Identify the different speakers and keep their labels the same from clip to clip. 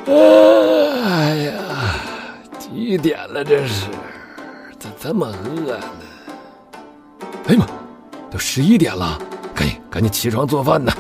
Speaker 1: 哎呀，几点了这是？咋这么饿呢？哎呀妈，都11点了，赶紧起床做饭呢。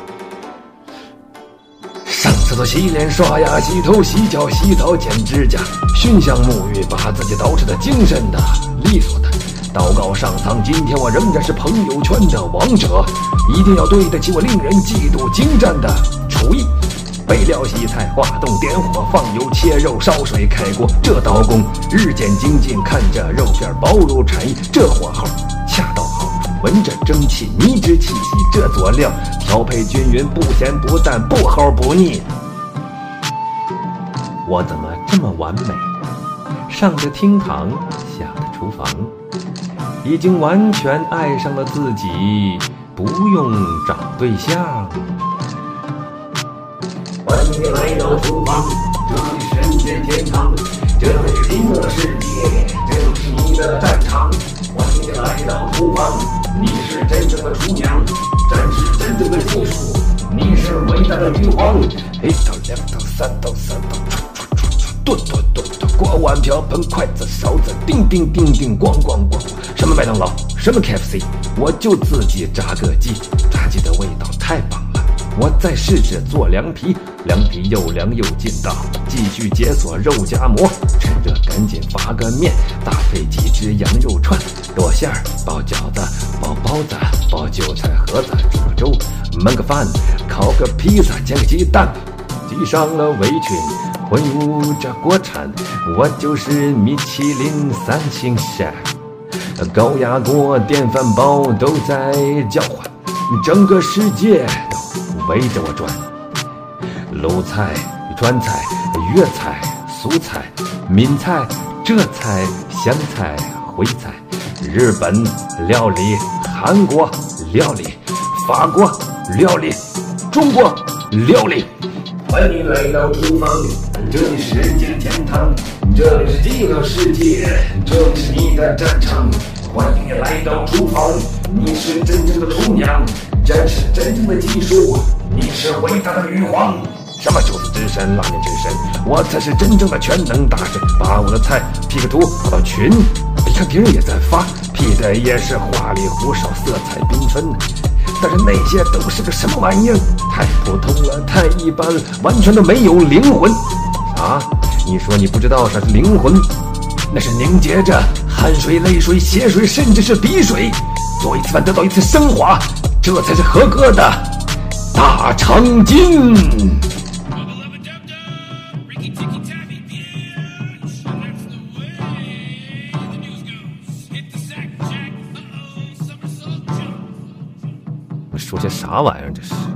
Speaker 1: 上厕所、洗脸、刷牙、洗头、洗脚、洗澡、剪指甲，熏香沐浴，把自己捯饬的精神的、利索的。祷告上苍，今天我仍然是朋友圈的王者，一定要对得起我令人嫉妒精湛的厨艺。备料洗菜，画动点火，放油切肉，烧水开锅，这刀工日渐精进，看着肉片薄如蝉翼，这火候恰到好处，闻着蒸汽迷之气息，这佐料调配均匀，不咸不淡，不齁不腻。我怎么这么完美？上的厅堂，下的厨房，已经完全爱上了自己，不用找对象。欢迎来到厨房，这里是人间天堂，这里是新的世界，这里是你的战场。欢迎来到厨房，你是真正的厨娘，展示真正的技术，你是伟大的女皇。一刀两刀三刀三刀，剁剁剁剁，锅碗瓢盆筷子勺子，叮叮叮叮，咣咣咣。什么麦当劳，什么 KFC， 我就自己炸个鸡，炸鸡的味道太棒了。我再试着做凉皮，凉皮又凉又劲道，继续解锁肉夹馍，趁热赶紧发个面，搭配几只羊肉串，剁馅儿，包饺子，包包子，包韭菜盒子，煮个粥，焖个饭，烤个披萨，煎个鸡蛋，系上了围裙，混入这国产，我就是米其林3星 chef， 高压锅、电饭煲都在叫唤，整个世界都围着我转。鲁菜、川菜、粤菜、苏菜、闽菜、浙菜、湘菜、徽菜，日本料理、韩国料理、法国料理、中国料理。欢迎来到厨房，这里是人间天堂，这里是极乐世界，这里是你的战场。欢迎你来到厨房，你是真正的厨娘，展示真正的技术，你是伟大的女皇。什么寿司之神、拉面之神，我才是真正的全能大神。把我的菜 P 个图发到群，一看别人也在发 ，P 的也是花里胡哨、色彩缤纷。但是那些都是个什么玩意儿？太普通了，太一般了，完全都没有灵魂。啊，你说你不知道啥是灵魂？那是凝结着汗水、泪水、血水，甚至是鼻水，做一次饭得到一次升华，这才是合格的大长今。说些啥玩意儿这是？